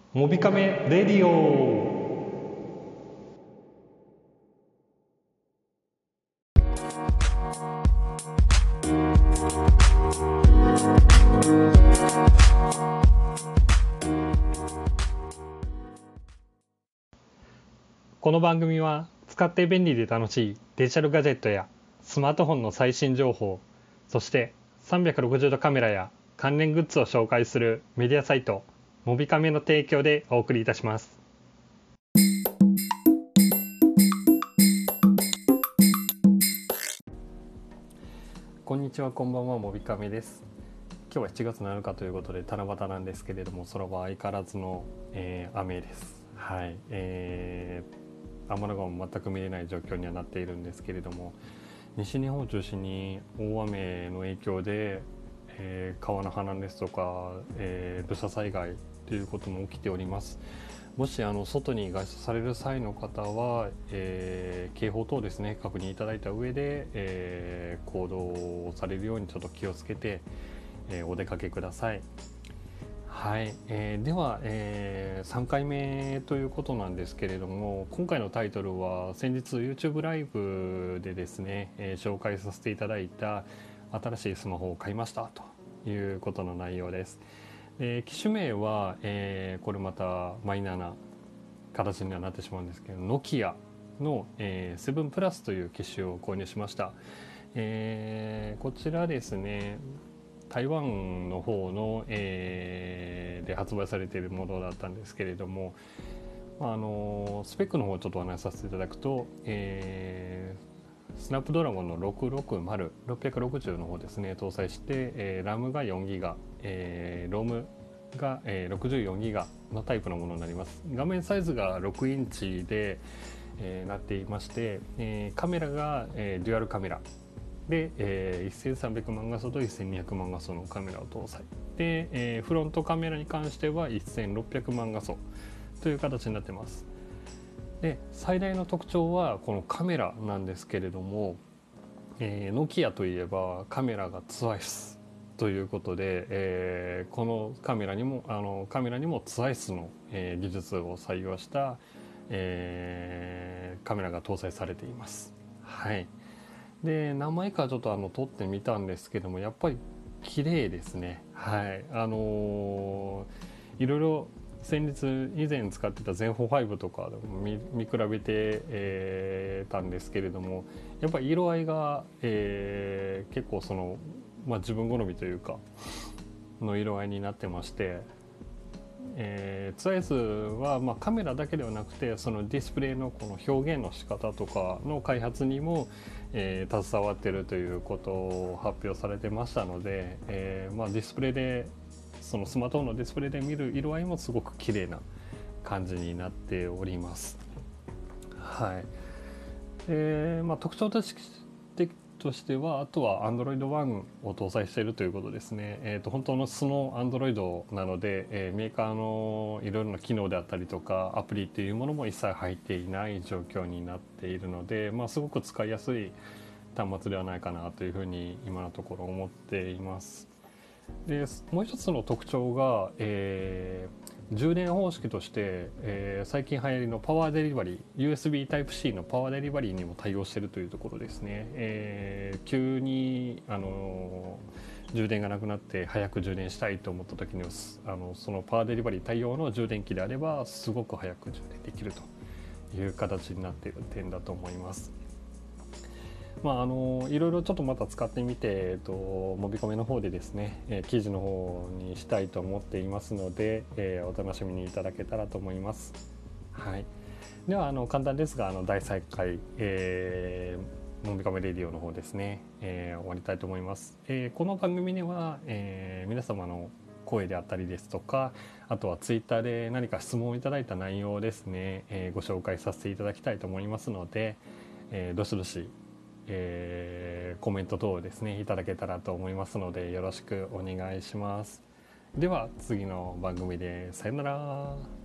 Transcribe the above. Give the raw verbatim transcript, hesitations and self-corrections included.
モビカメレディオ。この番組は使って便利で楽しいデジタルガジェットやスマートフォンの最新情報、そしてさんびゃくろくじゅうどカメラや関連グッズを紹介するメディアサイトモビカメの提供でお送りいたします。こんにちは、こんばんは、モビカメです。今日はしちがつなのかということで七夕なんですけれども、空は相変わらずの、えー、雨です。はい、えー、天の川も全く見れない状況にはなっているんですけれども、西日本を中心に大雨の影響で、えー、川の氾濫ですとか、えー、土砂災害ということも起きております。もしあの外に外出される際の方は、えー、警報等ですね確認いただいた上で、えー、行動をされるようにちょっと気をつけて、えー、お出かけください。はい、えー、では、えー、さんかいめということなんですけれども、今回のタイトルは先日 YouTube ライブでですね、えー、紹介させていただいた新しいスマホを買いましたということの内容です。で機種名は、えー、これまたマイナーな形にはなってしまうんですけど、ノキアの、えー、セブンプラスという機種を購入しました。えー、こちらですね、台湾の方の、えー、で発売されているものだったんですけれども、あのスペックの方をちょっとお話しさせていただくと、えー、スナップドラゴンのろくろくまる、ろっぴゃくろくじゅうの方ですね搭載して、えー、ラム が よんギガ、えー、ロム が、えー、ろくじゅうよんギガのタイプのものになります。画面サイズがろくインチで、えー、なっていまして、えー、カメラが、えー、デュアルカメラで、えー、せんさんびゃくまん画素とせんにひゃくまん画素のカメラを搭載で、えー、フロントカメラに関してはせんろっぴゃくまん画素という形になっています。で最大の特徴はこのカメラなんですけれども、えー、ノキアといえばカメラがツアイスということで、えー、このカメラにもあのカメラにもツアイスの、えー、技術を採用した、えー、カメラが搭載されています。はい。で何枚かちょっとあの撮ってみたんですけども、やっぱり綺麗ですね。はい。あのー、いろいろ先日以前使ってたゼンフォーファイブとかでも 見, 見比べて、えー、たんですけれども、やっぱり色合いが、えー、結構その、まあ、自分好みというかの色合いになってまして、えー、ツアイスは、まあ、カメラだけではなくてそのディスプレイのこの表現の仕方とかの開発にも、えー、携わっているということを発表されてましたので、えーまあ、ディスプレイでそのスマートフォンのディスプレイで見る色合いもすごく綺麗な感じになっております。はい。えーまあ、特徴としてとしては、あとは アンドロイドワン を搭載しているということですね。えー、と本当の素の Android なので、えー、メーカーのいろいろな機能であったりとかアプリっていうものも一切入っていない状況になっているので、まあ、すごく使いやすい端末ではないかなというふうに今のところ思っています。でもう一つの特徴が、えー充電方式として、えー、最近流行りのパワーデリバリー ユーエスビー タイプ C のパワーデリバリーにも対応しているというところですね。えー、急に、あのー、充電がなくなって早く充電したいと思った時にはあのそのパワーデリバリー対応の充電器であればすごく早く充電できるという形になっている点だと思います。まあ、あのいろいろちょっとまた使ってみて、えっと、モビコメの方でですね、えー、記事の方にしたいと思っていますので、えー、お楽しみにいただけたらと思います。はい、ではあの簡単ですがあのだいさんかい、えー、モビコメレディオの方ですね、えー、終わりたいと思います。えー、この番組では、えー、皆様の声であったりですとか、あとはツイッターで何か質問をいただいた内容をですね、えー、ご紹介させていただきたいと思いますので、えー、どしどしえー、コメント等をですねいただけたらと思いますのでよろしくお願いします。では次の番組でさよなら。